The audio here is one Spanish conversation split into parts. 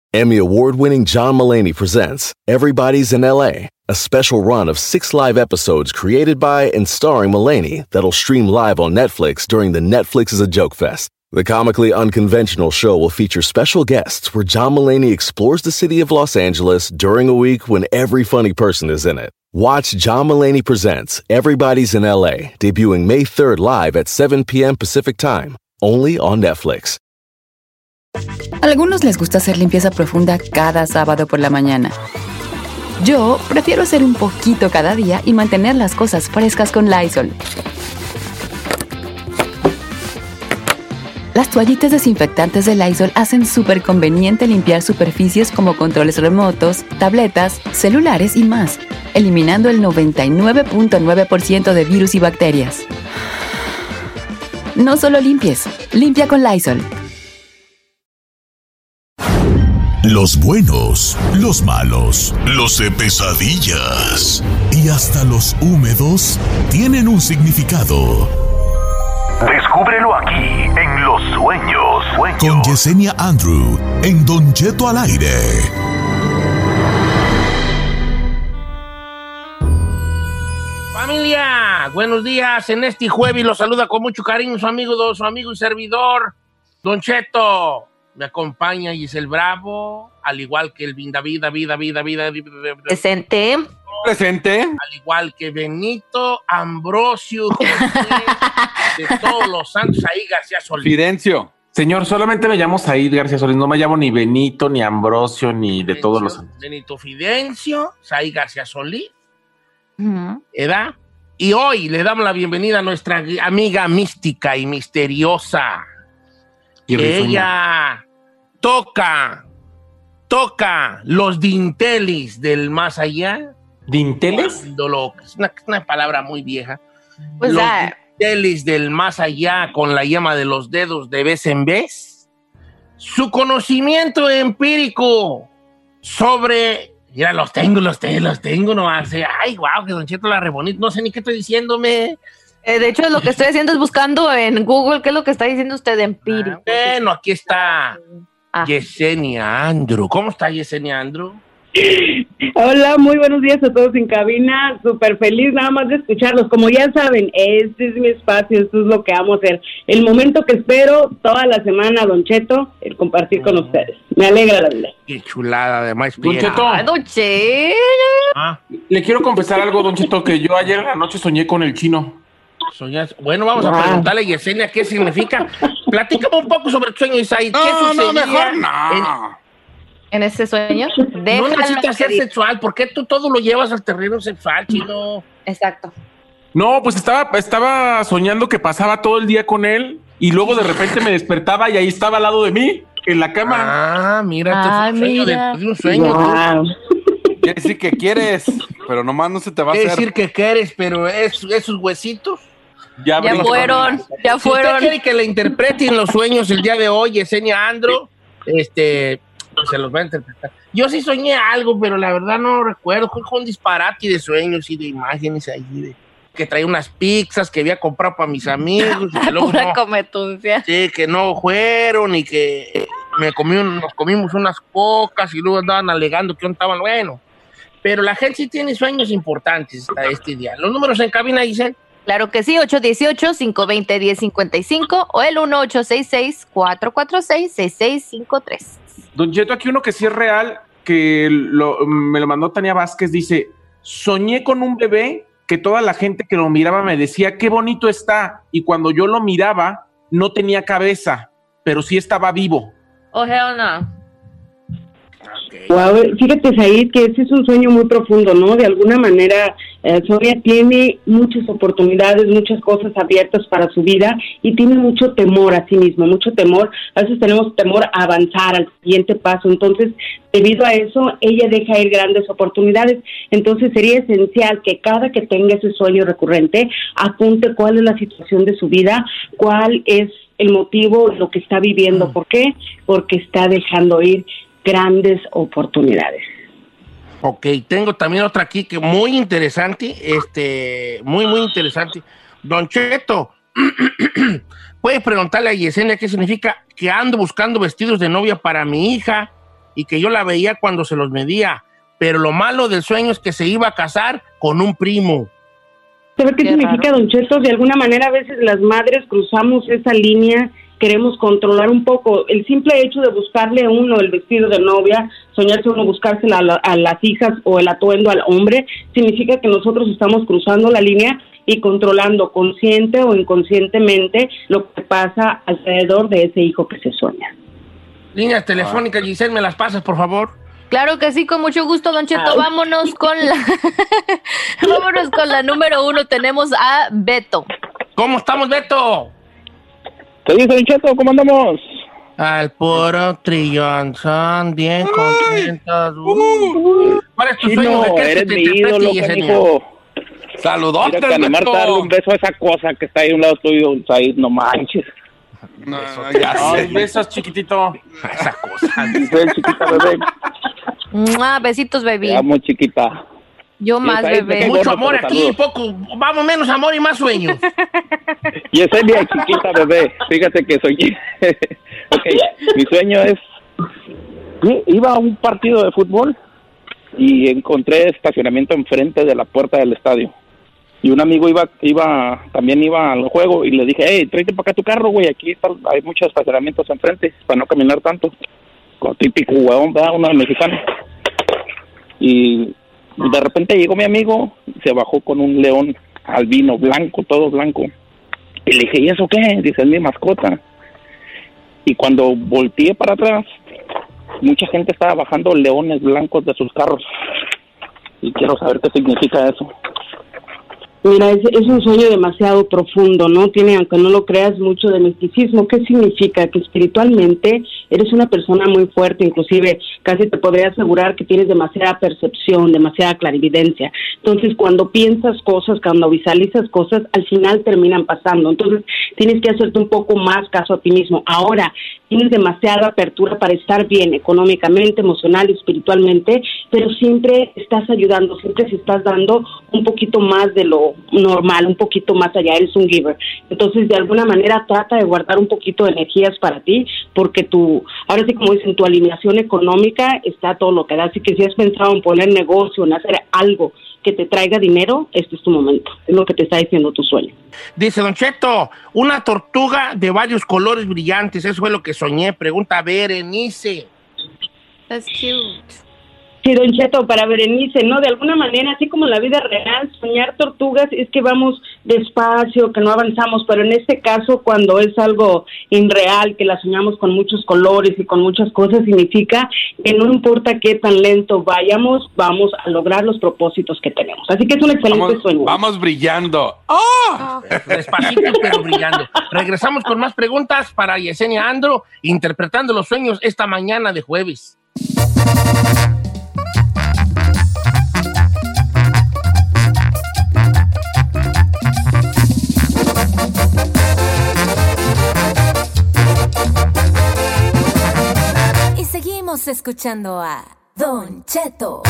Emmy award-winning John Mulaney presents Everybody's in L.A., a special run of 6 live episodes created by and starring Mulaney that'll stream live on Netflix during the Netflix is a Joke Fest. The comically unconventional show will feature special guests where John Mulaney explores the city of Los Angeles during a week when every funny person is in it. Watch John Mulaney Presents Everybody's in L.A., debuting May 3rd live at 7 p.m. Pacific Time, only on Netflix. A algunos les gusta hacer limpieza profunda cada sábado por la mañana. Yo prefiero hacer un poquito cada día y mantener las cosas frescas con Lysol. Las toallitas desinfectantes de Lysol hacen súper conveniente limpiar superficies como controles remotos, tabletas, celulares y más, eliminando el 99.9% de virus y bacterias. No solo limpies, limpia con Lysol. Los buenos, los malos, los de pesadillas y hasta los húmedos tienen un significado. Descúbrelo aquí en Los Sueños. Con Yesenia Andrew en Don Cheto al aire. Familia, buenos días. En este jueves los saluda con mucho cariño su amigo y servidor, Don Cheto. Me acompaña Giselle Bravo, al igual que el David. Presente. Al igual que Benito Ambrosio José, de todos los santos, ahí García Solís. Fidencio. Señor, solamente me llamo Said García Solís, no me llamo ni Benito, ni Ambrosio, ni de todos los santos. Benito Fidencio, Said García Solís, Uh-huh. ¿verdad? Y hoy le damos la bienvenida a nuestra amiga mística y misteriosa. Que ella toca los dinteles del más allá. ¿Dinteles? Es una palabra muy vieja. Pues los dinteles del más allá con la yema de los dedos de vez en vez. Su conocimiento empírico sobre... Mira, los tengo nomás. Ay, guau, que Don Cheto la re bonito. No sé ni qué estoy diciéndome. De hecho, lo que estoy haciendo es buscando en Google qué es lo que está diciendo usted de empírico. Bueno, aquí está Yesenia Andrew. ¿Cómo está Yesenia Andrew? Hola, muy buenos días a todos en cabina. Súper feliz nada más de escucharlos. Como ya saben, este es mi espacio, esto es lo que amo hacer. El momento que espero toda la semana, Don Cheto, el compartir con ustedes. Me alegra la vida. Qué chulada, además. Don Cheto. Don Cheto. Le quiero confesar algo, Don Cheto, que yo ayer en la noche soñé con el chino. Bueno, vamos a preguntarle a Yesenia qué significa. Platícame un poco sobre tu sueño, Isaí. ¿Qué sucedía? Mejor no. En ese sueño. No necesitas ser sexual. ¿Por qué tú todo lo llevas al terreno sexual, chino? Exacto. No, pues estaba soñando que pasaba todo el día con él y luego de repente me despertaba y ahí estaba al lado de mí, en la cama. Mira, de un sueño. Wow. Quiere decir que quieres, pero nomás no se te va a hacer. Quiere decir que quieres, pero esos huesitos. Ya fueron. Si usted quiere que le interpreten los sueños el día de hoy, Yesenia Andrew, se los va a interpretar. Yo sí soñé algo, pero la verdad no recuerdo. Fue un disparate de sueños y de imágenes ahí, que traía unas pizzas que había comprado para mis amigos. Y que luego Pura cometuncia. Sí, que no fueron y que nos comimos unas pocas y luego andaban alegando que no estaban bueno. Pero la gente sí tiene sueños importantes hasta este día. Los números en cabina, Giselle. Claro que sí, 818-520-1055 o el 1866-446-6653. Don Cheto, aquí uno que sí es real, que me lo mandó Tania Vázquez, dice, soñé con un bebé que toda la gente que lo miraba me decía, qué bonito está, y cuando yo lo miraba, no tenía cabeza, pero sí estaba vivo. Oh, hell no. Wow, fíjate, Said, que ese es un sueño muy profundo, ¿no? De alguna manera, Sonia tiene muchas oportunidades, muchas cosas abiertas para su vida y tiene mucho temor a sí mismo, mucho temor. A veces tenemos temor a avanzar al siguiente paso. Entonces, debido a eso, ella deja ir grandes oportunidades. Entonces, sería esencial que cada que tenga ese sueño recurrente, apunte cuál es la situación de su vida, cuál es el motivo, lo que está viviendo. ¿Por qué? Porque está dejando ir grandes oportunidades. Ok, tengo también otra aquí que muy interesante, muy interesante. Don Cheto, ¿puede preguntarle a Yesenia qué significa que ando buscando vestidos de novia para mi hija y que yo la veía cuando se los medía. Pero lo malo del sueño es que se iba a casar con un primo. ¿Sabe qué significa, Don Cheto? De alguna manera a veces las madres cruzamos esa línea, queremos controlar un poco. El simple hecho de buscarle a uno el vestido de novia, soñarse uno buscársela a las hijas o el atuendo al hombre, significa que nosotros estamos cruzando la línea y controlando consciente o inconscientemente lo que pasa alrededor de ese hijo que se sueña. Líneas telefónicas, Giselle, ¿me las pasas, por favor? Claro que sí, con mucho gusto, Don Cheto. Vámonos con la número 1. Tenemos a Beto. ¿Cómo estamos, Beto? ¿Qué dice, Don Cheto? ¿Cómo andamos? Al puro trillón, son bien contentos. ¿Cuál es tu sueño? ¿De qué eres mi ídolo, canijo. Saludotes, Mira, que animarte a darle un beso a esa cosa que está ahí a un lado tuyo, Said, no manches. No, ya sé. Besos, chiquitito. Esa cosa. Ven, chiquita, bebé. Besitos, baby. Te amo, chiquita. Yo más, bebé. Mucho amor aquí, poco, vamos, menos amor y más sueños. Yesenia, chiquita, bebé. Fíjate que soñé. Ok, mi sueño es... Iba a un partido de fútbol y encontré estacionamiento enfrente de la puerta del estadio. Y un amigo también iba al juego y le dije, hey, tráete para acá tu carro, güey, aquí hay muchos estacionamientos enfrente para no caminar tanto. Con típico huevón, ¿verdad? Uno mexicano. Y de repente llegó mi amigo, se bajó con un león albino, blanco, todo blanco. Y le dije, ¿y eso qué? Dice, es mi mascota. Y cuando volteé para atrás, mucha gente estaba bajando leones blancos de sus carros. Y quiero saber qué significa eso. Mira, es un sueño demasiado profundo, ¿no? Tiene, aunque no lo creas, mucho de misticismo. ¿Qué significa? Que espiritualmente eres una persona muy fuerte, inclusive casi te podría asegurar que tienes demasiada percepción, demasiada clarividencia. Entonces, cuando piensas cosas, cuando visualizas cosas, al final terminan pasando. Entonces, tienes que hacerte un poco más caso a ti mismo. Ahora, tienes demasiada apertura para estar bien económicamente, emocional y espiritualmente, pero siempre estás ayudando, siempre se estás dando un poquito más de lo normal, un poquito más allá, eres un giver. Entonces, de alguna manera, trata de guardar un poquito de energías para ti, porque ahora sí, como dicen, tu alineación económica está todo lo que da. Así que si has pensado en poner negocio, en hacer algo que te traiga dinero, este es tu momento. Es lo que te está diciendo tu sueño. Dice Don Cheto, una tortuga de varios colores brillantes, eso fue lo que soñé. Pregunta Berenice. That's cute. Sí, Don Cheto, para Berenice, ¿no? De alguna manera, así como en la vida real, soñar tortugas es que vamos despacio, que no avanzamos, pero en este caso, cuando es algo irreal, que la soñamos con muchos colores y con muchas cosas, significa que no importa qué tan lento vayamos, vamos a lograr los propósitos que tenemos. Así que es un excelente sueño. Vamos brillando. ¡Oh! Despacito, pero brillando. Regresamos con más preguntas para Yesenia Andro, interpretando los sueños esta mañana de jueves. Seguimos escuchando a Don Cheto.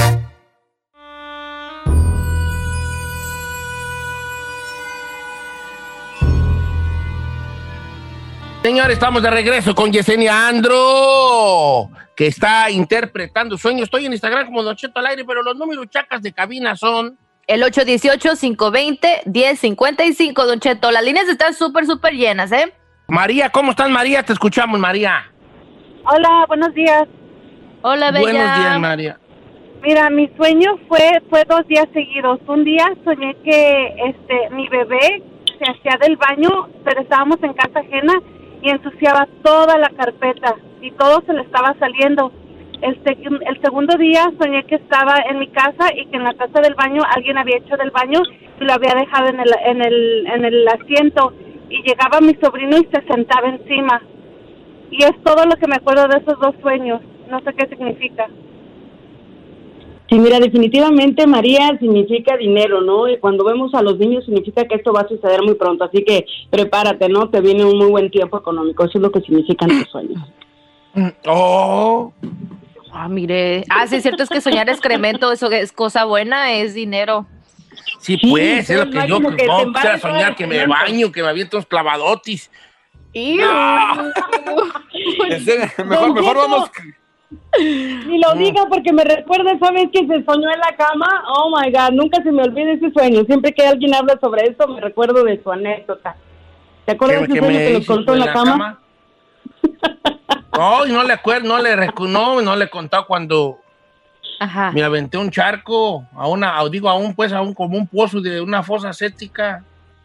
Señores, estamos de regreso con Yesenia Andro, que está interpretando sueños. Estoy en Instagram como Don Cheto al aire, pero los números chacas de cabina son... El 818-520-1055, Don Cheto. Las líneas están súper llenas, ¿eh? María, ¿cómo estás, María? Te escuchamos, María. Hola, buenos días. Hola, bella. Buenos días, María. Mira, mi sueño fue 2 días seguidos. Un día soñé que mi bebé se hacía del baño, pero estábamos en casa ajena y ensuciaba toda la carpeta y todo se le estaba saliendo. El segundo día soñé que estaba en mi casa y que en la taza del baño alguien había hecho del baño y lo había dejado en el asiento, y llegaba mi sobrino y se sentaba encima. Y es todo lo que me acuerdo de esos 2 sueños. No sé qué significa. Sí, mira, definitivamente, María, significa dinero, ¿no? Y cuando vemos a los niños significa que esto va a suceder muy pronto. Así que prepárate, ¿no? Te viene un muy buen tiempo económico. Eso es lo que significan tus sueños. Oh. Mire. Sí, es cierto, es que soñar excremento, eso es cosa buena, es dinero. Sí, pues, es lo que yo no quisiera soñar, que me baño, que me aviento unos clavadotis. Mejor vamos. Ni lo diga porque me recuerda esa vez que se soñó en la cama. Oh my God, nunca se me olvida ese sueño. Siempre que alguien habla sobre eso, me recuerdo de su anécdota. ¿Te acuerdas de ese sueño que le contó en la cama? No, y no le acuerdo, no le he contado cuando me aventé un charco a un como un pozo de una fosa séptica.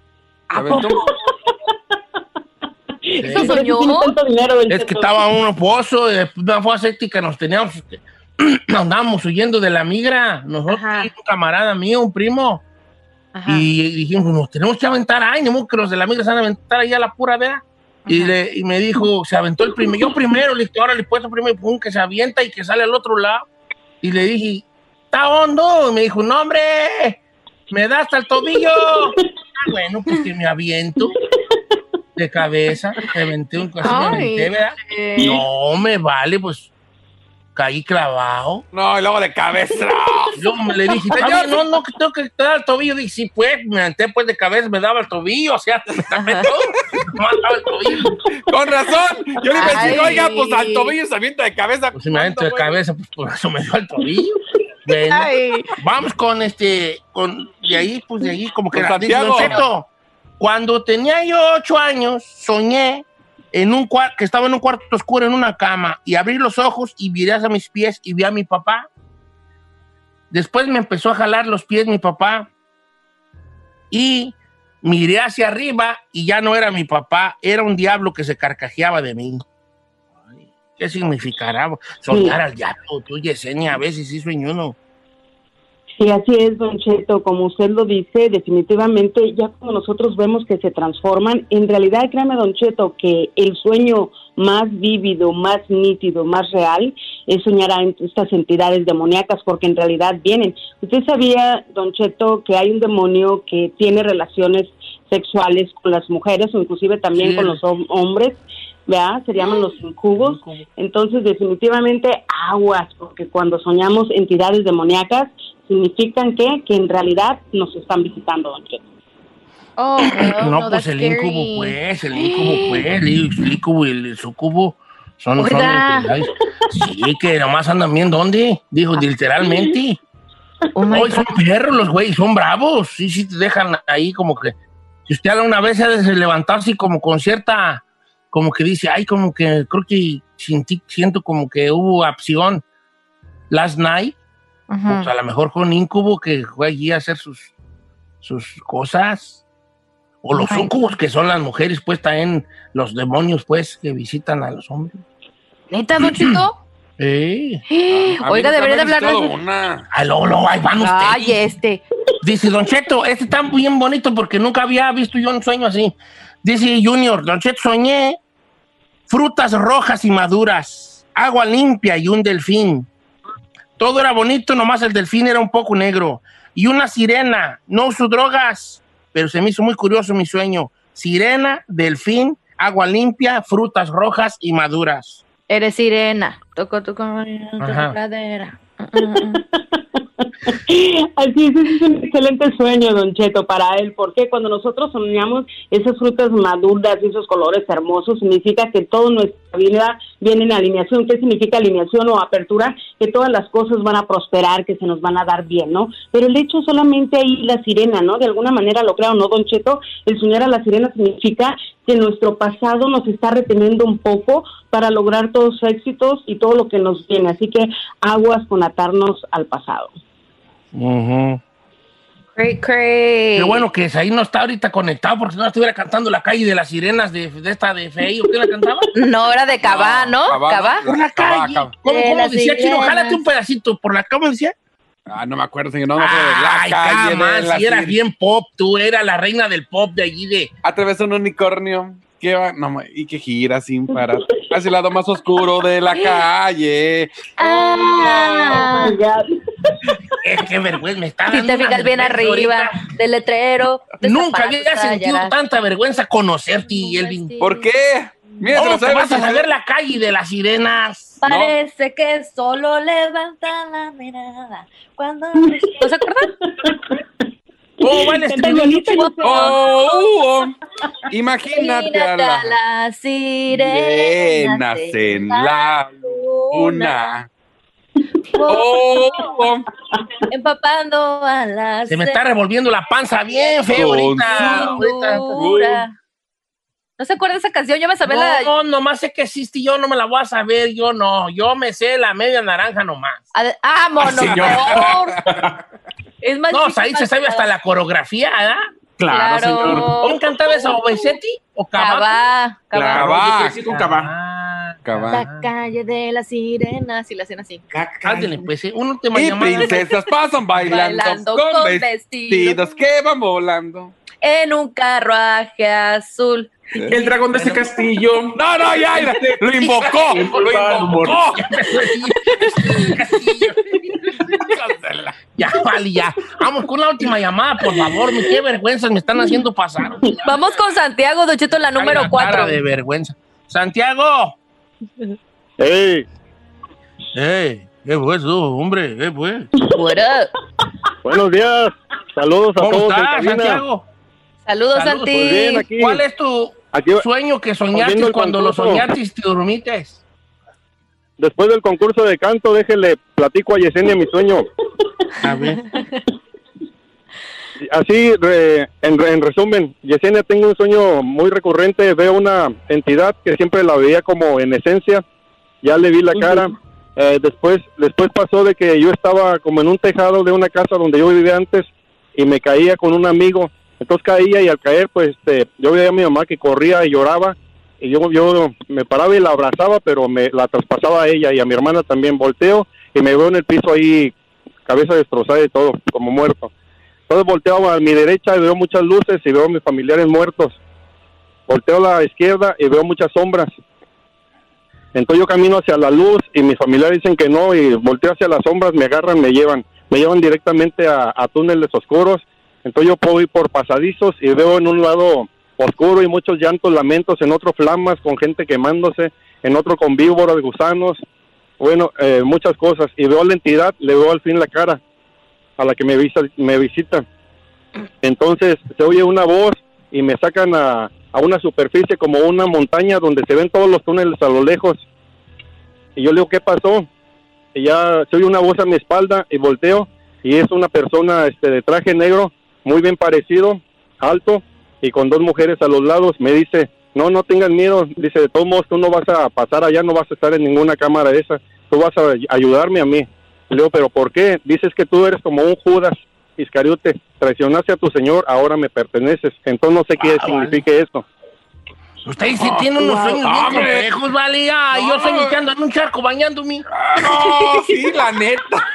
¿Eso soñó? Es que estaba en un pozo, una fosa séptica, andábamos huyendo de la migra, nosotros, un camarada mío, un primo, y dijimos, nos tenemos que aventar, ni modo que los de la migra se van a aventar ahí a la pura vera. Y me dijo, se aventó el primero, yo primero, le dije, ahora le puesto primero, y pum, que se avienta y que sale al otro lado. Y le dije, ¿está hondo? Y me dijo, no, hombre, me da hasta el tobillo. Bueno, pues que me aviento de cabeza, me aventé ¿verdad? No, me vale, pues caí clavado. No, y luego de cabeza. Yo le dije, no, que tengo que dar el tobillo. Dije, sí, pues, me aventé pues de cabeza, me daba el tobillo, o sea, me daba el tobillo. Con razón. Yo le pensé, oiga, pues al tobillo se avienta de cabeza. Pues si me aviento de cabeza, pues por eso me dio el tobillo. Bueno, vamos con de ahí, como que era. Cuando tenía yo 8 años, soñé que estaba en un cuarto oscuro en una cama y abrí los ojos y miré hacia mis pies y vi a mi papá. Después me empezó a jalar los pies mi papá y miré hacia arriba y ya no era mi papá, era un diablo que se carcajeaba de mí. Ay, ¿qué significará soñar al diablo? Tú, Yesenia, a veces sí sueño uno. Sí, así es, Don Cheto, como usted lo dice, definitivamente ya cuando nosotros vemos que se transforman, en realidad créame, Don Cheto, que el sueño más vívido, más nítido, más real, es soñar a estas entidades demoníacas, porque en realidad vienen. ¿Usted sabía, Don Cheto, que hay un demonio que tiene relaciones sexuales con las mujeres o inclusive también con los hombres? ¿Verdad? Se llaman los incubos. Entonces, definitivamente aguas, porque cuando soñamos entidades demoníacas, significan que en realidad nos están visitando, Don Cheto. Oh, no, pues el incubo, pues, el incubo y el sucubo son entidades. Sí, que nomás andan bien, ¿dónde? Dijo, literalmente. Hoy son perros los güeyes, son bravos. Sí, te dejan ahí como que... Si usted una vez ha de levantarse como con cierta... Como que dice, como que creo que siento como que hubo acción last night. Pues a lo mejor con un incubo que fue allí a hacer sus cosas. O los sucubos, que son las mujeres, pues también los demonios, pues, que visitan a los hombres. ¿Neta, Don Cheto? Oiga, debería de hablar de luego, ahí van ustedes. Ay, Dice, Don Cheto, está bien bonito porque nunca había visto yo un sueño así. Dice Junior, Don Cheto, soñé frutas rojas y maduras, agua limpia y un delfín. Todo era bonito, nomás el delfín era un poco negro. Y una sirena, no uso drogas, pero se me hizo muy curioso mi sueño. Sirena, delfín, agua limpia, frutas rojas y maduras. Eres sirena, toco tu pradera. Así es un excelente sueño, Don Cheto, para él, porque cuando nosotros soñamos esas frutas maduras y esos colores hermosos, significa que toda nuestra vida viene en alineación. ¿Qué significa alineación o apertura? Que todas las cosas van a prosperar, que se nos van a dar bien, ¿no? Pero el hecho solamente ahí la sirena, ¿no? De alguna manera lo creo, ¿no, Don Cheto? El soñar a la sirena significa que nuestro pasado nos está reteniendo un poco para lograr todos los éxitos y todo lo que nos viene. Así que aguas con atarnos al pasado. Great. Qué bueno que ahí no está ahorita conectado, porque si no estuviera cantando La Calle de las Sirenas de esta de Fey. ¿O qué la cantaba? No, era de Cabá, ¿no? Cabá. Por la calle. ¿Cómo decía, Chino? Jálate un pedacito. ¿Cómo decía? No me acuerdo, señor. No, la calle de la si eras bien pop, tú eras la reina del pop de allí de... Atravesó un unicornio que va, y que gira sin parar hacia el lado más oscuro de la calle. Oh my God. Qué vergüenza, me está dando. Si te fijas bien arriba del letrero. Nunca había sentido tanta vergüenza conocerte, Elvin. ¿Por qué? Mira, te vas a saber La Calle de las Sirenas. Parece que solo levanta la mirada cuando... ¿No se acuerdan? ¿Cómo va el estribillo? Imagínate a las sirenas en la luna. Oh. Empapando a las... Se me está revolviendo la panza bien feo ahorita. ¿No se acuerda de esa canción? Yo me sabía No, nomás sé que existe y yo no me la voy a saber, yo no. Yo me sé la media naranja nomás. ¡Vámonos, peor! Es más no, ahí se sabe hasta la coreografía, ¿verdad? Claro, señor. ¿Cómo cantaba esa? ¿Obesetti o Cabá? Cabá. La calle de las sirenas, y la hacen así. Ándale, pues, una última Y llamada. princesas pasan bailando con vestidos que van volando. En un carruaje azul. El dragón de ese castillo. No, ya, lo invocó. Ya, vale, ya. Vamos con la última llamada, por favor. Qué vergüenzas me están haciendo pasar. Vamos con Santiago, Don Cheto, la número 4. De vergüenza. Santiago. ¡Ey! ¿Qué fue eso, hombre? ¿Qué fue? Buenos días. Saludos a todos. ¿Cómo estás, Santiago? Saludos, Santi. Pues bien, aquí. ¿Cuál es tu sueño que soñaste cuando lo soñaste y te dormiste? Después del concurso de canto, déjele platico a Yesenia mi sueño. A ver. Así, en resumen, Yesenia, tengo un sueño muy recurrente. Veo una entidad que siempre la veía como en esencia. Ya le vi la cara. Después pasó de que yo estaba como en un tejado de una casa donde yo vivía antes y me caía con un amigo. Entonces caía y al caer, pues, yo veía a mi mamá que corría y lloraba. Y yo me paraba y la abrazaba, pero la traspasaba a ella y a mi hermana también. Volteo y me veo en el piso ahí, cabeza destrozada y todo, como muerto. Entonces volteo a mi derecha y veo muchas luces y veo a mis familiares muertos. Volteo a la izquierda y veo muchas sombras. Entonces yo camino hacia la luz y mis familiares dicen que no, y volteo hacia las sombras, me agarran, me llevan directamente a túneles oscuros. Entonces yo puedo ir por pasadizos y veo en un lado oscuro y muchos llantos, lamentos, en otro flamas con gente quemándose, en otro con víboras, gusanos, bueno, muchas cosas. Y veo a la entidad, le veo al fin la cara a la que me visita. Entonces se oye una voz y me sacan a una superficie como una montaña donde se ven todos los túneles a lo lejos. Y yo le digo, ¿qué pasó? Y ya se oye una voz a mi espalda y volteo y es una persona de traje negro, muy bien parecido, alto, y con dos mujeres a los lados. Me dice, no tengan miedo, dice, de todos modos tú no vas a pasar allá, no vas a estar en ninguna cámara de esa, tú vas a ayudarme a mí. Le digo, ¿pero por qué? Dices que tú eres como un Judas Iscariote, traicionaste a tu señor, ahora me perteneces. Entonces no sé qué signifique eso. Usted sí tiene unos sueños bien complejos, vale. Yo sueño que ando en un charco bañándome. No, sí, la neta.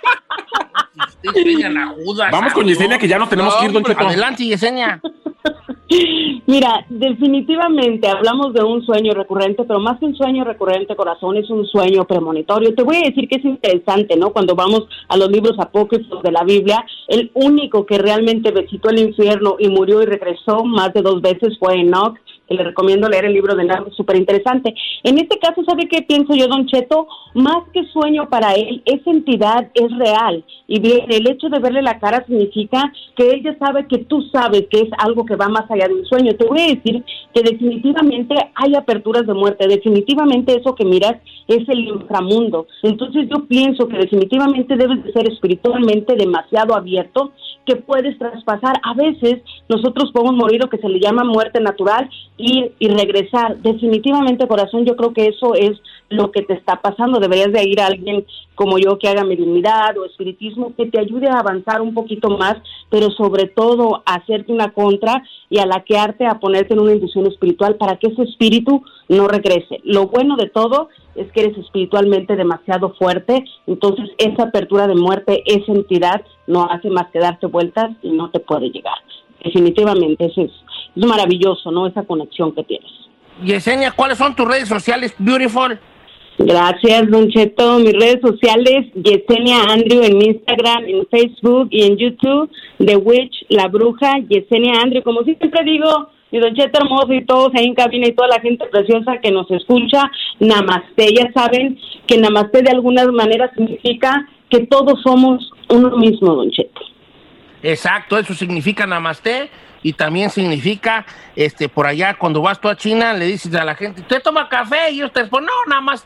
Vamos con Yesenia, que ya nos tenemos que ir, Don Cheto. Adelante, Yesenia. Mira, definitivamente hablamos de un sueño recurrente, pero más que un sueño recurrente, corazón, es un sueño premonitorio. Te voy a decir que es interesante, ¿no? Cuando vamos a los libros apócrifos de la Biblia, el único que realmente visitó el infierno y murió y regresó más de 2 veces fue Enoch, que le recomiendo leer el libro de Enoch, súper interesante. En este caso, ¿sabe qué pienso yo, Don Cheto? Más que sueño para él, esa entidad es real. Y bien, el hecho de verle la cara significa que él ya sabe que tú sabes que es algo que va más allá de un sueño. Te voy a decir que definitivamente hay aperturas de muerte, definitivamente eso que miras es el inframundo. Entonces yo pienso que definitivamente debes de ser espiritualmente demasiado abierto, que puedes traspasar. A veces nosotros podemos morir lo que se le llama muerte natural, ir y regresar. Definitivamente, corazón, yo creo que eso es lo que te está pasando. Deberías de ir a alguien como yo que haga mediunidad o espiritismo, que te ayude a avanzar un poquito más, pero sobre todo a hacerte una contra y a laquearte, a ponerte en una inducción espiritual para que ese espíritu no regrese. Lo bueno de todo es que eres espiritualmente demasiado fuerte, entonces esa apertura de muerte, esa entidad no hace más que darte vueltas y no te puede llegar. Definitivamente, eso es maravilloso, ¿no? Esa conexión que tienes. Yesenia, ¿cuáles son tus redes sociales, beautiful? Gracias, Don Cheto. Mis redes sociales, Yesenia Andrew en Instagram, en Facebook y en YouTube, The Witch, La Bruja, Yesenia Andrew. Como siempre digo, y Don Cheto hermoso y todos ahí en cabina y toda la gente preciosa que nos escucha, Namaste. Ya saben que Namaste de alguna manera significa que todos somos uno mismo, Don Cheto. Exacto, eso significa Namaste. Y también significa, por allá, cuando vas tú a China, le dices a la gente, ¿usted toma café? Y ellos te responden, no, Namaste.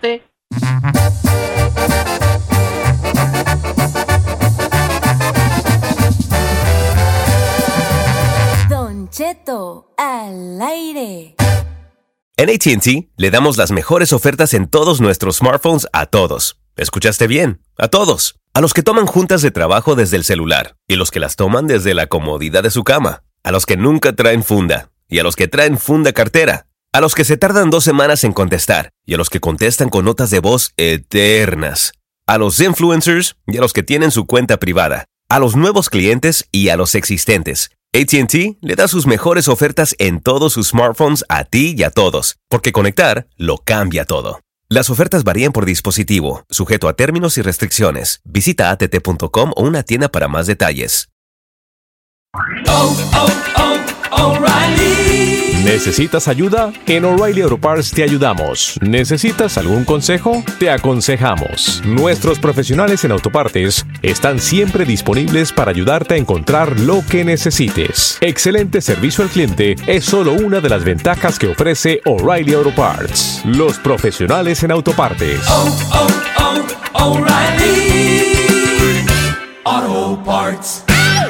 Don Cheto al aire. En AT&T le damos las mejores ofertas en todos nuestros smartphones a todos. ¿Escuchaste bien? A todos. A los que toman juntas de trabajo desde el celular y los que las toman desde la comodidad de su cama. A los que nunca traen funda y a los que traen funda cartera. A los que se tardan 2 semanas en contestar y a los que contestan con notas de voz eternas. A los influencers y a los que tienen su cuenta privada. A los nuevos clientes y a los existentes. AT&T le da sus mejores ofertas en todos sus smartphones a ti y a todos, porque conectar lo cambia todo. Las ofertas varían por dispositivo, sujeto a términos y restricciones. Visita att.com o una tienda para más detalles. ¿Necesitas ayuda? En O'Reilly Auto Parts te ayudamos. ¿Necesitas algún consejo? Te aconsejamos. Nuestros profesionales en autopartes están siempre disponibles para ayudarte a encontrar lo que necesites. Excelente servicio al cliente es solo una de las ventajas que ofrece O'Reilly Auto Parts. Los profesionales en autopartes. O'Reilly Auto Parts.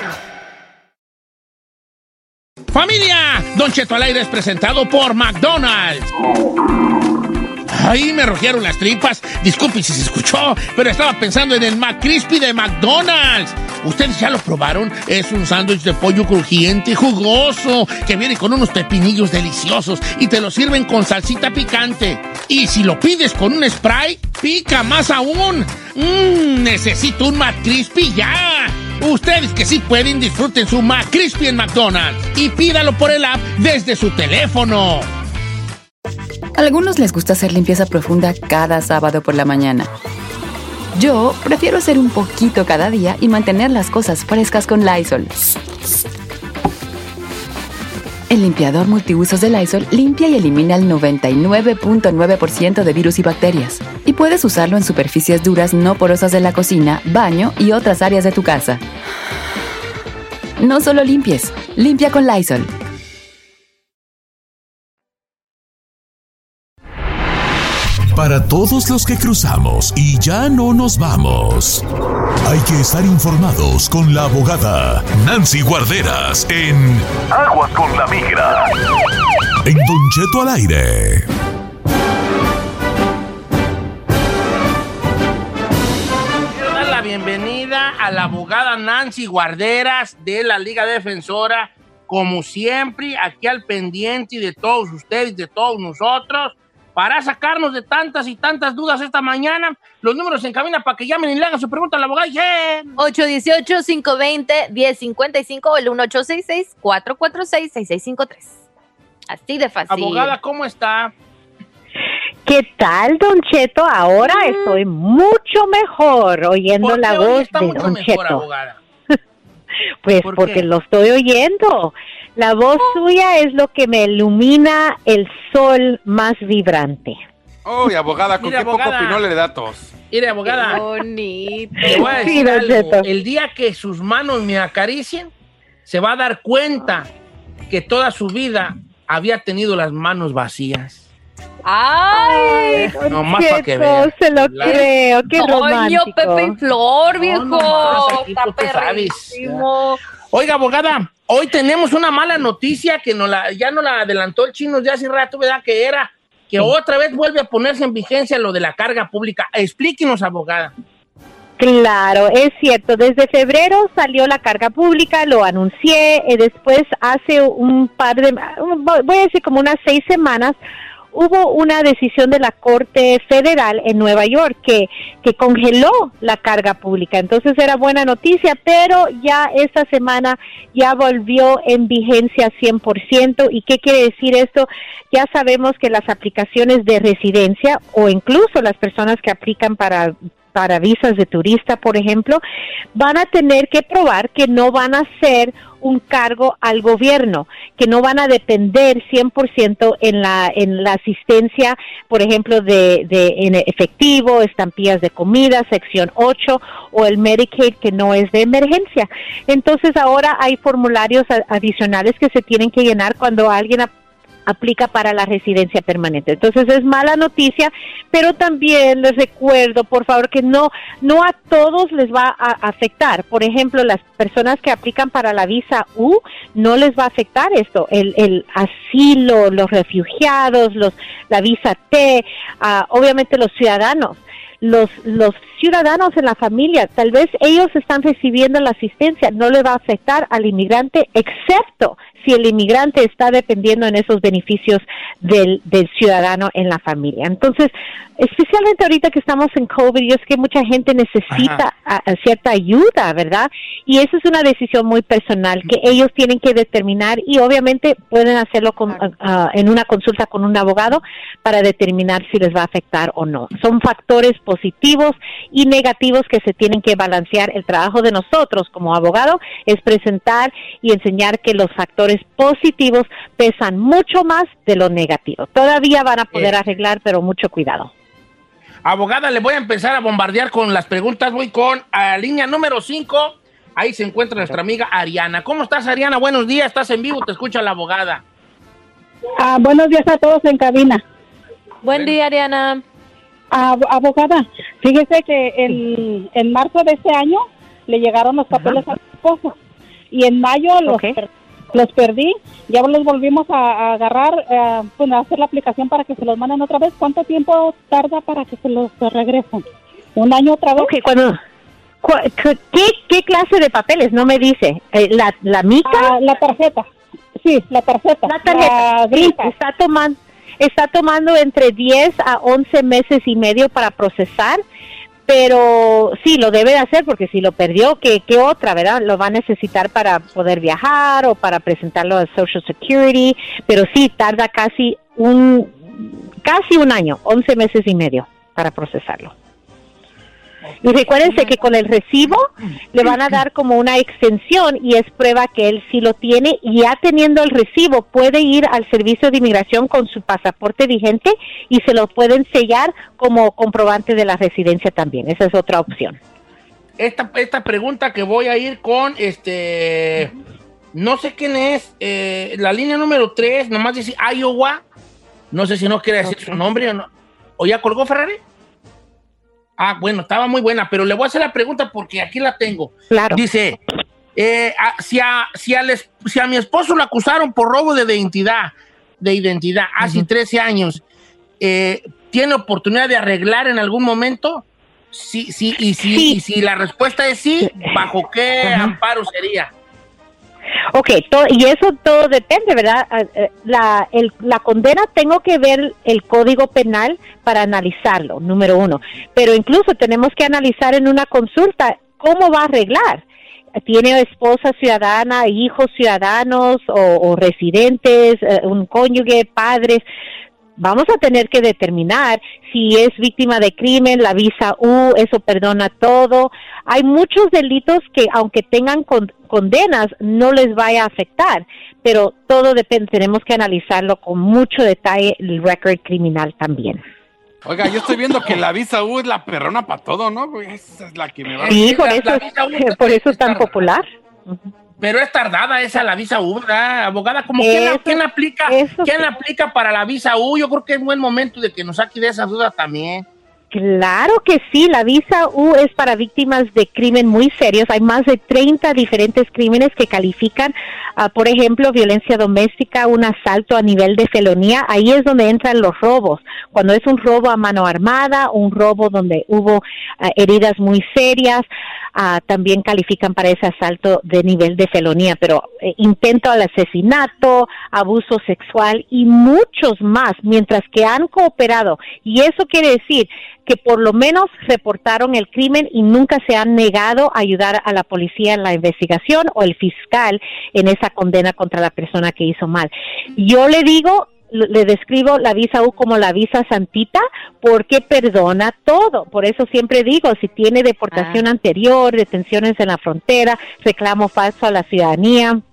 ¡Familia! Don Cheto al aire es presentado por McDonald's. Ay, me rugieron las tripas. Disculpe si se escuchó, pero estaba pensando en el McCrispy de McDonald's. ¿Ustedes ya lo probaron? Es un sándwich de pollo crujiente y jugoso que viene con unos pepinillos deliciosos y te lo sirven con salsita picante. Y si lo pides con un Sprite, pica más aún. Necesito un McCrispy ya. Ustedes que sí pueden, disfruten su McCrispy en McDonald's y pídalo por el app desde su teléfono. A algunos les gusta hacer limpieza profunda cada sábado por la mañana. Yo prefiero hacer un poquito cada día y mantener las cosas frescas con Lysol. El limpiador multiusos de Lysol limpia y elimina el 99.9% de virus y bacterias. Y puedes usarlo en superficies duras no porosas de la cocina, baño y otras áreas de tu casa. No solo limpies, limpia con Lysol. Para todos los que cruzamos y ya no nos vamos, hay que estar informados con la abogada Nancy Guarderas en Aguas con la Migra. En Don Cheto al aire. Quiero dar la bienvenida a la abogada Nancy Guarderas de la Liga Defensora, como siempre, aquí al pendiente de todos ustedes, de todos nosotros, para sacarnos de tantas y tantas dudas esta mañana. Los números en cabina para que llamen y le hagan su pregunta a la abogada. 818-520-1055 o el 1866-446-6653. Así de fácil. Abogada, ¿cómo está? ¿Qué tal, Don Cheto? Ahora estoy mucho mejor oyendo la voz de Don Cheto. Abogada? Pues porque lo estoy oyendo. La voz suya es lo que me ilumina el sol más vibrante. Uy, abogada, ¿con qué poco pinole le da tos? Mire, abogada. Qué bonito. Le voy a decir Don algo. Cheto. El día que sus manos me acaricien, se va a dar cuenta que toda su vida había tenido las manos vacías. ¡Ay! No más para que Cheto, vean. se lo creo, qué romántico. Coño, Pepe y Flor, viejo. No, aquí Está tú qué sabes. perrísimo. Oiga, abogada, hoy tenemos una mala noticia que ya nos la adelantó el chino ya hace rato, ¿verdad? Que era que otra vez vuelve a ponerse en vigencia lo de la carga pública. Explíquenos, abogada. Claro, es cierto. Desde febrero salió la carga pública, lo anuncié, y después hace voy a decir como unas 6 semanas, hubo una decisión de la Corte Federal en Nueva York que congeló la carga pública. Entonces era buena noticia, pero ya esta semana ya volvió en vigencia 100%. ¿Y qué quiere decir esto? Ya sabemos que las aplicaciones de residencia o incluso las personas que aplican para visas de turista, por ejemplo, van a tener que probar que no van a ser un cargo al gobierno, que no van a depender 100% en la asistencia, por ejemplo, en efectivo, estampillas de comida, sección 8 o el Medicaid, que no es de emergencia. Entonces ahora hay formularios adicionales que se tienen que llenar cuando alguien aplica para la residencia permanente. Entonces es mala noticia, pero también les recuerdo, por favor, que no a todos les va a afectar. Por ejemplo, las personas que aplican para la visa U no les va a afectar esto. El asilo, los refugiados, la visa T, obviamente los ciudadanos. Los ciudadanos en la familia, tal vez ellos están recibiendo la asistencia, no le va a afectar al inmigrante, excepto si el inmigrante está dependiendo en esos beneficios del ciudadano en la familia. Entonces, especialmente ahorita que estamos en COVID, yo sé que mucha gente necesita cierta ayuda, ¿verdad? Y eso es una decisión muy personal que ellos tienen que determinar y obviamente pueden hacerlo en una consulta con un abogado para determinar si les va a afectar o no. Son factores positivos y negativos que se tienen que balancear. El trabajo de nosotros como abogado es presentar y enseñar que los factores positivos pesan mucho más de lo negativo. Todavía van a poder arreglar, pero mucho cuidado. Abogada, le voy a empezar a bombardear con las preguntas. Voy con línea número 5. Ahí se encuentra nuestra amiga Ariana. ¿Cómo estás, Ariana? Buenos días, estás en vivo, te escucha la abogada. Buenos días a todos en cabina. Buen día, Ariana. Abogada, fíjese que en marzo de este año le llegaron los papeles a mi esposo y en mayo los perdí, ya los volvimos a agarrar, a hacer la aplicación para que se los manden otra vez. ¿Cuánto tiempo tarda para que se los regresen? ¿Un año otra vez? ¿Qué clase de papeles? No me dice. ¿La mica? La tarjeta. Sí, la tarjeta. La tarjeta. Sí, está tomando entre 10 a 11 meses y medio para procesar, pero sí, lo debe de hacer porque si lo perdió, ¿qué otra, verdad? Lo va a necesitar para poder viajar o para presentarlo a Social Security, pero sí, tarda casi un año, 11 meses y medio para procesarlo. Y recuérdense que con el recibo le van a dar como una extensión y es prueba que él sí lo tiene, y ya teniendo el recibo puede ir al servicio de inmigración con su pasaporte vigente y se lo pueden sellar como comprobante de la residencia también. Esa es otra opción. Esta pregunta que voy a ir con, no sé quién es, la línea número 3, nomás dice Iowa, no sé si no quiere decir su nombre o no. ¿O ya colgó, Ferrari? Bueno, estaba muy buena, pero le voy a hacer la pregunta porque aquí la tengo. Claro. Dice, si a mi esposo lo acusaron por robo de identidad hace 13 años, ¿tiene oportunidad de arreglar en algún momento? Sí. Y si la respuesta es sí, ¿bajo qué amparo sería? Ok, y eso todo depende, ¿verdad? La condena, tengo que ver el código penal para analizarlo, número 1. Pero incluso tenemos que analizar en una consulta cómo va a arreglar. ¿Tiene esposa ciudadana, hijos ciudadanos o residentes, un cónyuge, padres? Vamos a tener que determinar si es víctima de crimen, la visa U, eso perdona todo. Hay muchos delitos que aunque tengan condenas no les vaya a afectar, pero todo depende, tenemos que analizarlo con mucho detalle, el récord criminal también. Oiga, yo estoy viendo que la visa U es la perrona para todo, ¿no? Esa es la que me va a... Sí, por eso es tan popular. Pero es tardada esa la visa U, ¿verdad, abogada? ¿Quién aplica para la visa U? Yo creo que es buen momento de que nos saque de esa duda también. Claro que sí, la visa U es para víctimas de crimen muy serios. Hay más de 30 diferentes crímenes que califican, por ejemplo, violencia doméstica, un asalto a nivel de felonía. Ahí es donde entran los robos. Cuando es un robo a mano armada, un robo donde hubo heridas muy serias, también califican para ese asalto de nivel de felonía, pero intento al asesinato, abuso sexual y muchos más, mientras que han cooperado. Y eso quiere decir que por lo menos reportaron el crimen y nunca se han negado a ayudar a la policía en la investigación o el fiscal en esa condena contra la persona que hizo mal. Yo le describo la visa U como la visa santita porque perdona todo. Por eso siempre digo, si tiene deportación anterior, detenciones en la frontera, reclamo falso a la ciudadanía,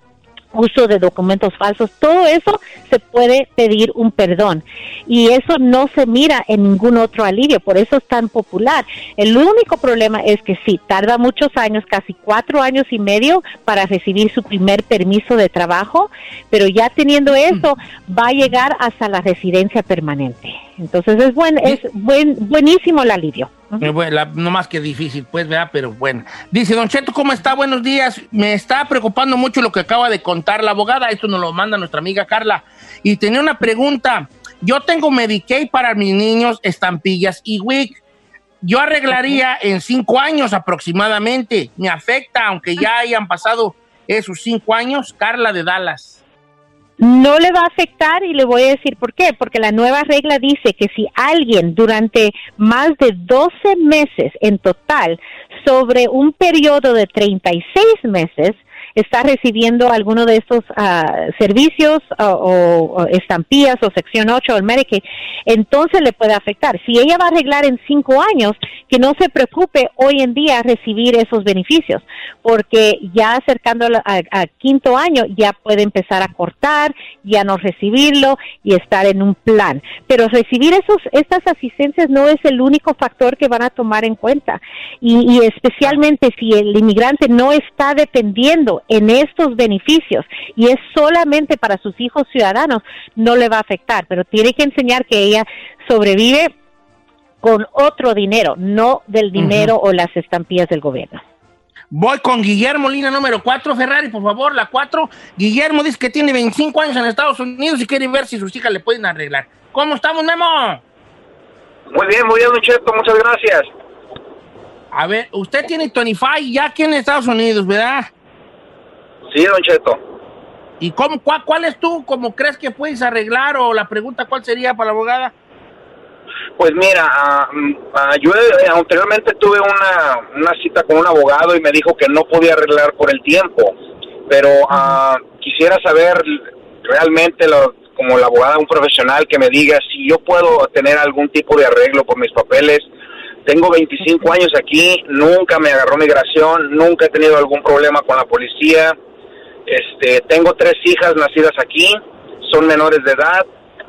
uso de documentos falsos, todo eso se puede pedir un perdón y eso no se mira en ningún otro alivio, por eso es tan popular. El único problema es que sí, tarda muchos años, casi 4 años y medio para recibir su primer permiso de trabajo, pero ya teniendo eso va a llegar hasta la residencia permanente. Entonces es buenísimo el alivio. No más que difícil, pues, ¿verdad? Pero bueno. Dice, Don Cheto, ¿cómo está? Buenos días. Me está preocupando mucho lo que acaba de contar la abogada. Esto nos lo manda nuestra amiga Carla. Y tenía una pregunta. Yo tengo Medicaid para mis niños, estampillas y WIC. Yo arreglaría en 5 años aproximadamente. Me afecta, aunque ya hayan pasado esos 5 años. Carla de Dallas. No le va a afectar y le voy a decir por qué, porque la nueva regla dice que si alguien durante más de 12 meses en total, sobre un periodo de 36 meses, está recibiendo alguno de estos servicios o estampillas o sección 8 o el Medicaid, entonces le puede afectar. Si ella va a arreglar en 5 años, que no se preocupe hoy en día recibir esos beneficios, porque ya acercando a 5º año ya puede empezar a cortar, ya no recibirlo y estar en un plan. Pero recibir estas asistencias no es el único factor que van a tomar en cuenta y especialmente si el inmigrante no está dependiendo en estos beneficios y es solamente para sus hijos ciudadanos, no le va a afectar, pero tiene que enseñar que ella sobrevive con otro dinero, no del dinero o las estampillas del gobierno. Voy con Guillermo, línea número 4, Ferrari, por favor, la 4. Guillermo dice que tiene 25 años en Estados Unidos y quiere ver si sus hijas le pueden arreglar. ¿Cómo estamos, Memo? Muy bien, Don Cheto, muchas gracias. A ver, usted tiene 25 ya aquí en Estados Unidos, ¿verdad? Sí, Don Cheto. ¿Y cuál es tú? ¿Cómo crees que puedes arreglar? O la pregunta, ¿cuál sería para la abogada? Pues mira, yo anteriormente tuve una cita con un abogado y me dijo que no podía arreglar por el tiempo, pero quisiera saber realmente, como la abogada, un profesional, que me diga si yo puedo tener algún tipo de arreglo por mis papeles. Tengo 25 años aquí, nunca me agarró migración, nunca he tenido algún problema con la policía. Tengo 3 hijas nacidas aquí, son menores de edad.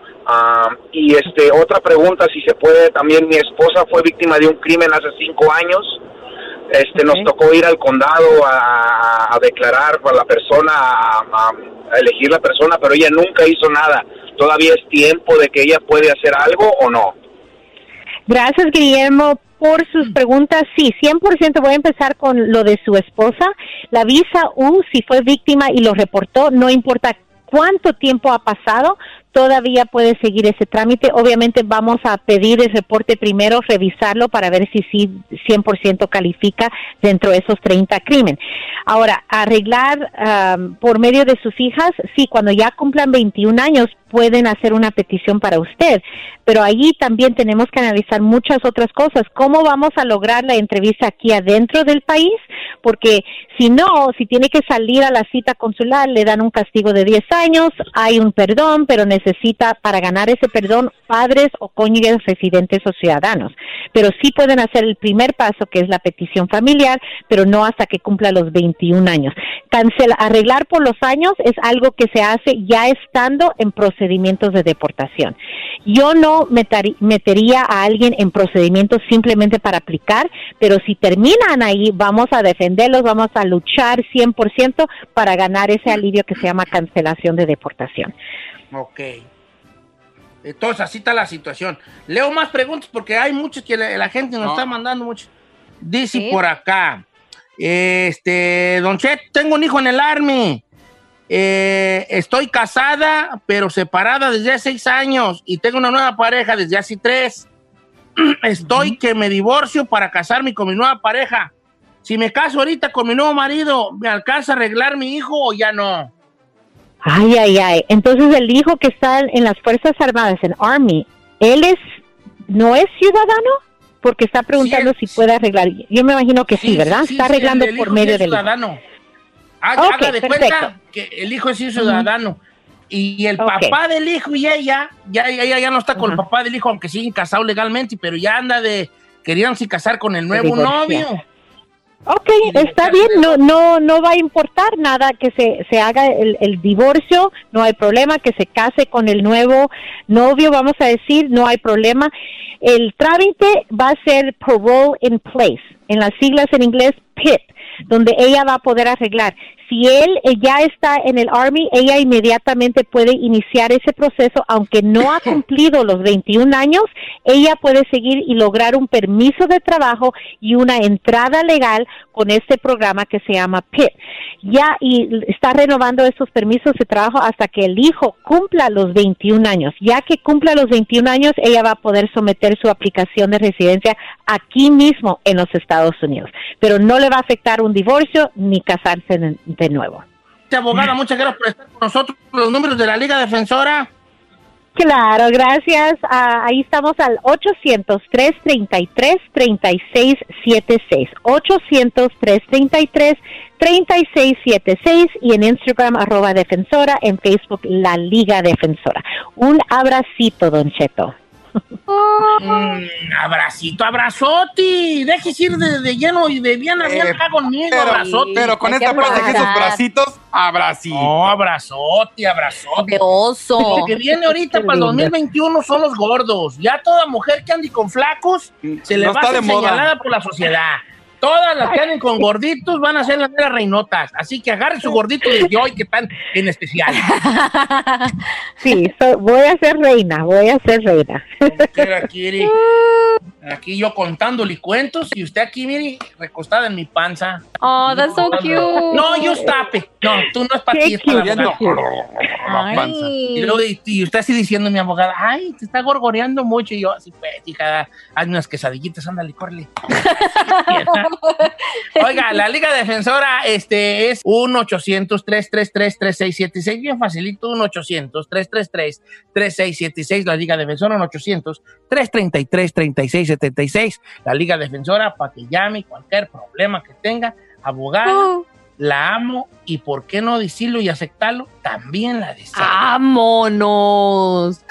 Y otra pregunta, si se puede, también mi esposa fue víctima de un crimen hace 5 años. Nos tocó ir al condado a declarar para la persona, a elegir la persona, pero ella nunca hizo nada. ¿Todavía es tiempo de que ella puede hacer algo o no? Gracias, Guillermo, por sus preguntas. Sí, 100%. Voy a empezar con lo de su esposa. La visa U, si fue víctima y lo reportó, no importa cuánto tiempo ha pasado, todavía puede seguir ese trámite. Obviamente vamos a pedir el reporte primero, revisarlo para ver si sí 100% califica dentro de esos 30 crímenes. Ahora, arreglar por medio de sus hijas, sí, cuando ya cumplan 21 años pueden hacer una petición para usted, pero allí también tenemos que analizar muchas otras cosas. ¿Cómo vamos a lograr la entrevista aquí adentro del país? Porque si no, si tiene que salir a la cita consular, le dan un castigo de 10 años, hay un perdón, pero necesita para ganar ese perdón padres o cónyuges residentes o ciudadanos. Pero sí pueden hacer el primer paso, que es la petición familiar, pero no hasta que cumpla los 21 años. Arreglar por los años es algo que se hace ya estando en procedimientos de deportación. Yo no metería a alguien en procedimientos simplemente para aplicar, pero si terminan ahí, vamos a defenderlos, vamos a luchar 100% para ganar ese alivio que se llama cancelación de deportación. Ok. Entonces, así está la situación. Leo más preguntas porque hay muchas que la gente nos está mandando muchas. Dice por acá, Don Chet, tengo un hijo en el Army. Estoy casada, pero separada desde hace 6 años y tengo una nueva pareja desde hace 3. Estoy que me divorcio para casarme con mi nueva pareja. Si me caso ahorita con mi nuevo marido, ¿me alcanza a arreglar mi hijo o ya no? Ay. Entonces el hijo que está en las Fuerzas Armadas, en Army, ¿él no es ciudadano? Porque está preguntando si puede arreglar. Yo me imagino que sí, ¿verdad? Está arreglando por medio del ciudadano. Haga de cuenta que el hijo es ciudadano. Y el papá del hijo y ella no está con el papá del hijo, aunque siguen casados legalmente, pero ya anda queríanse casar con el nuevo novio. Ok, está bien, no va a importar nada que se haga el divorcio, no hay problema, que se case con el nuevo novio, vamos a decir, no hay problema. El trámite va a ser parole in place, en las siglas en inglés PIP, donde ella va a poder arreglar. Si él ya está en el Army, ella inmediatamente puede iniciar ese proceso, aunque no ha cumplido los 21 años, ella puede seguir y lograr un permiso de trabajo y una entrada legal con este programa que se llama PIP. Ya, y está renovando esos permisos de trabajo hasta que el hijo cumpla los 21 años. Ya que cumpla los 21 años, ella va a poder someter su aplicación de residencia aquí mismo en los Estados Unidos. Pero no le va a afectar un divorcio ni casarse de nuevo. Abogada, muchas gracias por estar con nosotros. Los números de la Liga Defensora. Claro, gracias. Ahí estamos al 800-333-3676. 800-333-3676 y en Instagram @defensora, en Facebook La Liga Defensora. Un abracito, Don Cheto. Abracito, abrazote. Déjese ir de lleno y de bien acá conmigo, abrazote. Pero con esta parte de esos bracitos, abracito. No, abrazote. De oso. Lo que viene ahorita para el 2021 son los gordos. Ya toda mujer que ande con flacos se le va a ser señalada por la sociedad. Todas las que anden con gorditos van a ser las meras reinotas. Así que agarre su gordito desde hoy, que están en especial. Sí, voy a ser reina. Aquí yo contándole cuentos y usted aquí, mire, recostada en mi panza. Oh, that's so cute. No, you stop it. No, tú no es para ti, es para la panza. Y usted así diciendo, mi abogada, ay, te está gorgoreando mucho. Y yo, así, pues, hija, haz unas quesadillitas, ándale, córrele. Oiga, la Liga Defensora es 1-800-333-3676, bien facilito, 1-800-333-3676, la Liga Defensora, 1-800-333-3676, la Liga Defensora, para que llame cualquier problema que tenga, abogada, la amo, y por qué no decirlo y aceptarlo, también la deseo. ¡Vámonos!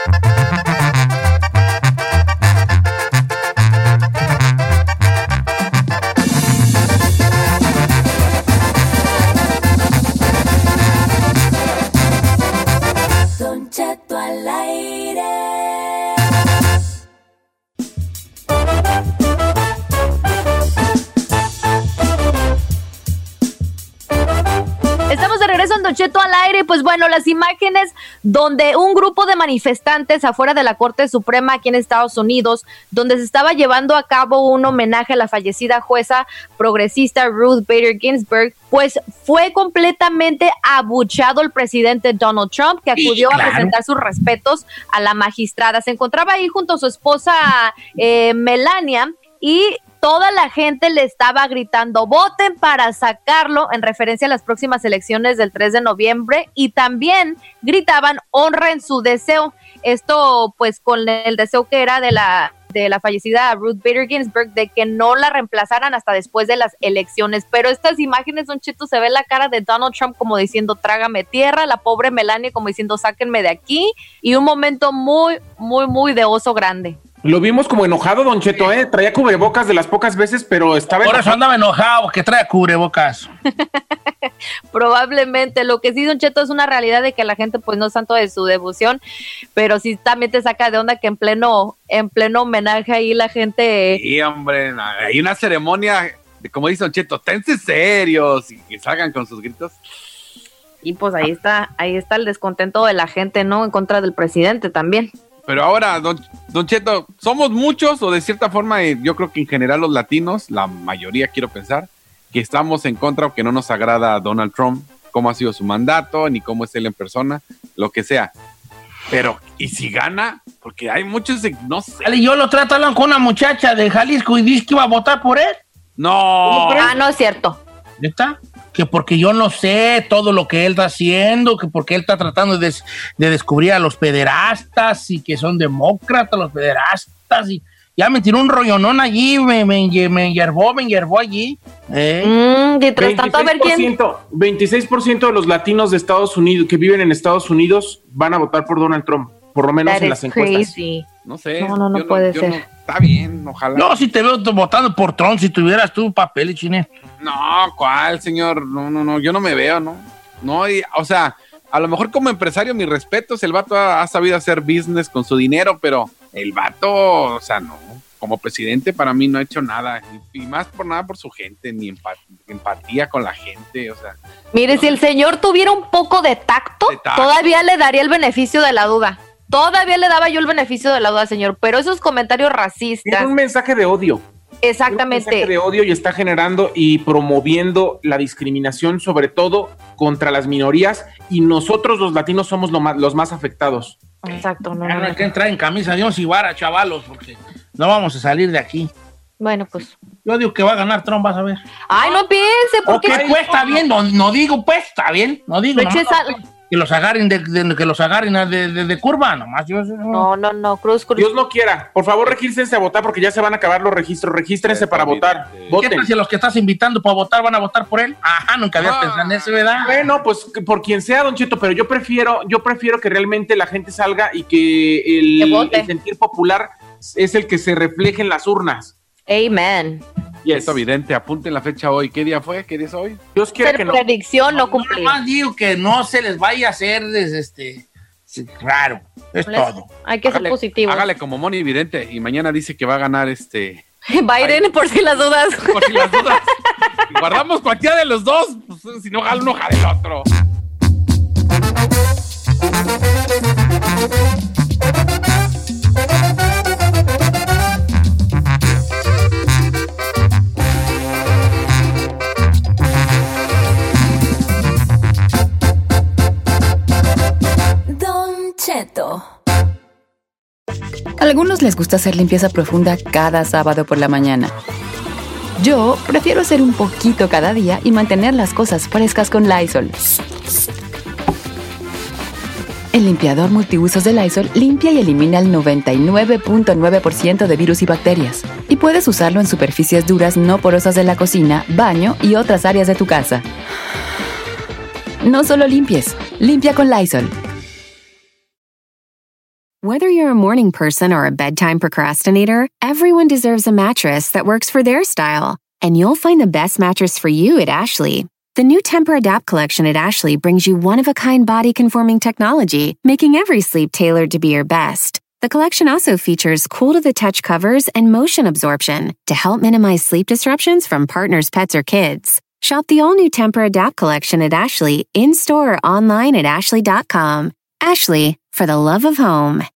Don Cheto al aire. Estamos de regreso en Don Cheto al aire. Pues bueno, las imágenes donde un grupo de manifestantes afuera de la Corte Suprema aquí en Estados Unidos, donde se estaba llevando a cabo un homenaje a la fallecida jueza progresista Ruth Bader Ginsburg, pues fue completamente abucheado el presidente Donald Trump, que acudió a presentar sus respetos a la magistrada. Se encontraba ahí junto a su esposa Melania, y toda la gente le estaba gritando, voten para sacarlo, en referencia a las próximas elecciones del 3 de noviembre, y también gritaban, honren su deseo. Esto pues con el deseo que era de la fallecida Ruth Bader Ginsburg, de que no la reemplazaran hasta después de las elecciones. Pero estas imágenes, Don Cheto, se ve la cara de Donald Trump como diciendo, trágame tierra, la pobre Melania como diciendo, sáquenme de aquí, y un momento muy, muy, muy de oso grande. Lo vimos como enojado, Don Cheto, traía cubrebocas de las pocas veces, pero estaba Por eso andaba enojado, que trae cubrebocas. Probablemente. Lo que sí, Don Cheto, es una realidad de que la gente pues no es tanto de su devoción, pero sí también te saca de onda que en pleno homenaje ahí la gente... Sí, hombre, hay una ceremonia, como dice Don Cheto, tense serios y que salgan con sus gritos. Y pues ahí está el descontento de la gente, ¿no? En contra del presidente también. Pero ahora, Don Cheto, ¿somos muchos o de cierta forma, yo creo que en general los latinos, la mayoría quiero pensar, que estamos en contra o que no nos agrada a Donald Trump, cómo ha sido su mandato, ni cómo es él en persona, lo que sea? Pero, ¿y si gana? Porque hay muchos, no sé. Yo lo trato con una muchacha de Jalisco y dice que iba a votar por él. No. No es cierto. ¿Ya está? Que porque yo no sé todo lo que él está haciendo, que porque él está tratando de descubrir a los pederastas y que son demócratas los pederastas, y ya me tiró un rollonón allí, me hierbó allí. Mientras tanto, a ver quién... 26% de los latinos de Estados Unidos que viven en Estados Unidos van a votar por Donald Trump, por lo menos en las encuestas. Crazy. No sé. No puede ser. Está bien, ojalá. No, si te veo votando por Trump, si tuvieras tu papel, Chine. No, ¿cuál, señor? No, yo no me veo, ¿no? No, o sea, a lo mejor como empresario, mis respetos, el vato ha sabido hacer business con su dinero, pero el vato, o sea, no, como presidente para mí no ha hecho nada, y más por nada por su gente, ni empatía con la gente, o sea. Mire, si el señor tuviera un poco de tacto, todavía le daría el beneficio de la duda. Todavía le daba yo el beneficio de la duda, señor, pero esos comentarios racistas. Es un mensaje de odio. Exactamente. Es un mensaje de odio y está generando y promoviendo la discriminación, sobre todo contra las minorías, y nosotros los latinos somos los más afectados. Exacto. No hay que entrar en camisa de once y vara, chavalos, porque no vamos a salir de aquí. Bueno, pues. Yo digo que va a ganar Trump, vas a ver. Ay, no piense, porque. Okay, pues está bien, no digo, pues está bien, no digo. Que los agarren de curva, nomás. No, Cruz. Dios no quiera. Por favor, regístrense a votar porque ya se van a acabar los registros. Regístrense para votar. Voten. ¿Qué tal si los que estás invitando para votar van a votar por él? Ajá, nunca había pensado en eso, ¿verdad? Bueno, pues por quien sea, Don Cheto, pero yo prefiero que realmente la gente salga y que el sentir popular es el que se refleje en las urnas. Amen. Esto evidente, apunten la fecha hoy. ¿Qué día fue? ¿Qué día es hoy? Dios quiera que no. Predicción no cumplida. Yo más digo que no se les vaya a hacer raro. Es todo. Hay que ser positivo. Hágale como Moni Vidente y mañana dice que va a ganar Biden, por si las dudas. Por si las dudas. Si guardamos cualquiera de los dos, pues, si no jala uno, jala el otro. A algunos les gusta hacer limpieza profunda cada sábado por la mañana. Yo prefiero hacer un poquito cada día y mantener las cosas frescas con Lysol. El limpiador multiusos de Lysol limpia y elimina el 99.9% de virus y bacterias. Y puedes usarlo en superficies duras no porosas de la cocina, baño y otras áreas de tu casa. No solo limpies, limpia con Lysol. Whether you're a morning person or a bedtime procrastinator, everyone deserves a mattress that works for their style. And you'll find the best mattress for you at Ashley. The new Temper-Adapt collection at Ashley brings you one-of-a-kind body-conforming technology, making every sleep tailored to be your best. The collection also features cool-to-the-touch covers and motion absorption to help minimize sleep disruptions from partners, pets, or kids. Shop the all-new Temper-Adapt collection at Ashley, in-store or online at ashley.com. Ashley, for the love of home.